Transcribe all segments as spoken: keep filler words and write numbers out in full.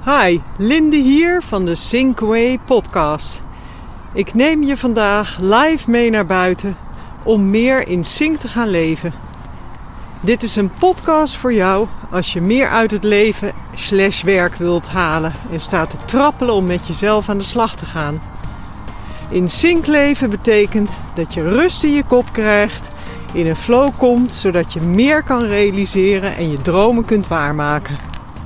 Hi, Linde hier van de Sync-Way podcast. Ik neem je vandaag live mee naar buiten om meer in sync te gaan leven. Dit is een podcast voor jou als je meer uit het leven slash werk wilt halen en staat te trappelen om met jezelf aan de slag te gaan. In sync leven betekent dat je rust in je kop krijgt, in een flow komt, zodat je meer kan realiseren en je dromen kunt waarmaken.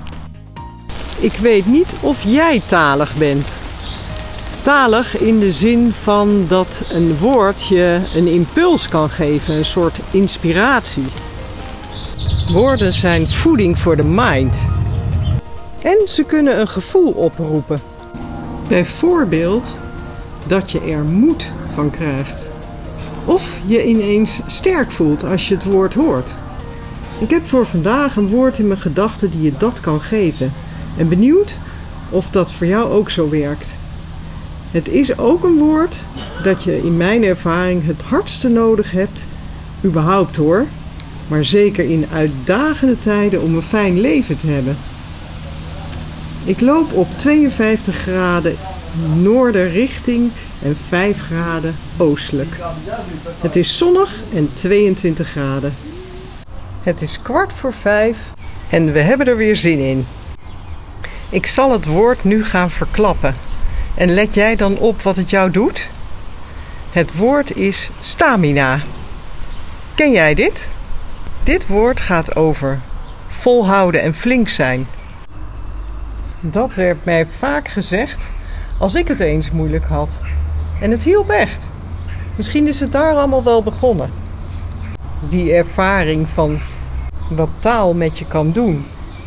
Ik weet niet of jij talig bent. Talig in de zin van dat een woord je een impuls kan geven, een soort inspiratie. Woorden zijn voeding voor de mind. En ze kunnen een gevoel oproepen. Bijvoorbeeld dat je er moed van krijgt. Of je ineens sterk voelt als je het woord hoort. Ik heb voor vandaag een woord in mijn gedachten die je dat kan geven. En benieuwd of dat voor jou ook zo werkt. Het is ook een woord dat je in mijn ervaring het hardste nodig hebt. Überhaupt hoor. Maar zeker in uitdagende tijden om een fijn leven te hebben. Ik loop op tweeënvijftig graden noorderrichting en vijf graden oostelijk. Het is zonnig en tweeëntwintig graden. Het is kwart voor vijf en we hebben er weer zin in. Ik zal het woord nu gaan verklappen. En let jij dan op wat het jou doet? Het woord is stamina. Ken jij dit? Dit woord gaat over volhouden en flink zijn. Dat werd mij vaak gezegd als ik het eens moeilijk had. En het hielp echt. Misschien is het daar allemaal wel begonnen. Die ervaring van wat taal met je kan doen.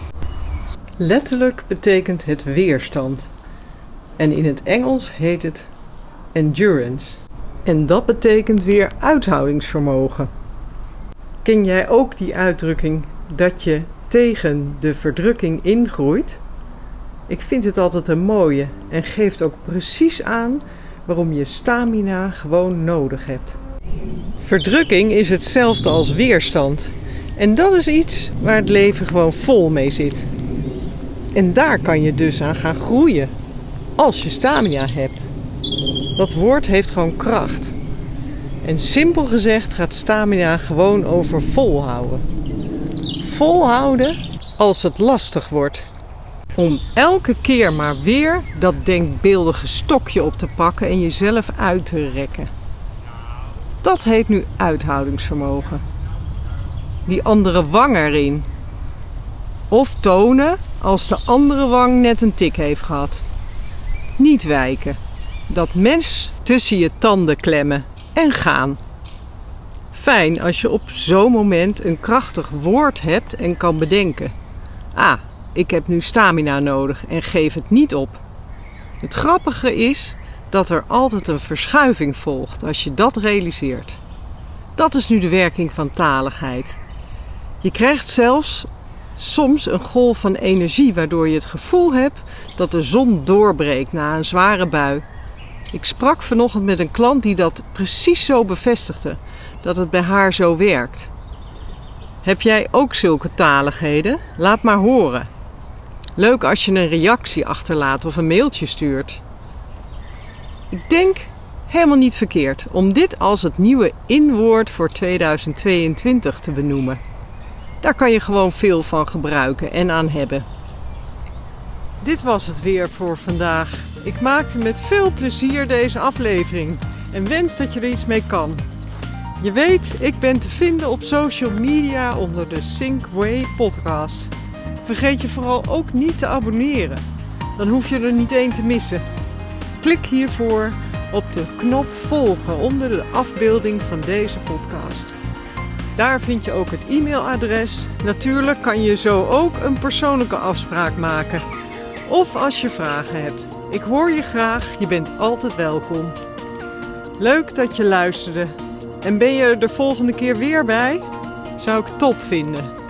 Letterlijk betekent het weerstand. En in het Engels heet het endurance. En dat betekent weer uithoudingsvermogen. Ken jij ook die uitdrukking dat je tegen de verdrukking ingroeit? Ik vind het altijd een mooie en geeft ook precies aan waarom je stamina gewoon nodig hebt. Verdrukking is hetzelfde als weerstand. En dat is iets waar het leven gewoon vol mee zit. En daar kan je dus aan gaan groeien. Als je stamina hebt. Dat woord heeft gewoon kracht. En simpel gezegd gaat stamina gewoon over volhouden. Volhouden als het lastig wordt. Om elke keer maar weer dat denkbeeldige stokje op te pakken en jezelf uit te rekken. Dat heet nu uithoudingsvermogen. Die andere wang erin. Of tonen als de andere wang net een tik heeft gehad. Niet wijken. Dat mes tussen je tanden klemmen en gaan. Fijn als je op zo'n moment een krachtig woord hebt en kan bedenken. Ah, ik heb nu stamina nodig en geef het niet op. Het grappige is dat er altijd een verschuiving volgt als je dat realiseert. Dat is nu de werking van taligheid. Je krijgt zelfs soms een golf van energie waardoor je het gevoel hebt dat de zon doorbreekt na een zware bui. Ik sprak vanochtend met een klant die dat precies zo bevestigde, dat het bij haar zo werkt. Heb jij ook zulke taligheden? Laat maar horen. Leuk als je een reactie achterlaat of een mailtje stuurt. Ik denk helemaal niet verkeerd om dit als het nieuwe inwoord voor tweeduizend tweeëntwintig te benoemen. Daar kan je gewoon veel van gebruiken en aan hebben. Dit was het weer voor vandaag. Ik maakte met veel plezier deze aflevering en wens dat je er iets mee kan. Je weet, ik ben te vinden op social media onder de Sync-Way podcast. Vergeet je vooral ook niet te abonneren. Dan hoef je er niet één te missen. Klik hiervoor op de knop volgen onder de afbeelding van deze podcast. Daar vind je ook het e-mailadres. Natuurlijk kan je zo ook een persoonlijke afspraak maken. Of als je vragen hebt. Ik hoor je graag, je bent altijd welkom. Leuk dat je luisterde. En ben je er de volgende keer weer bij? Zou ik top vinden.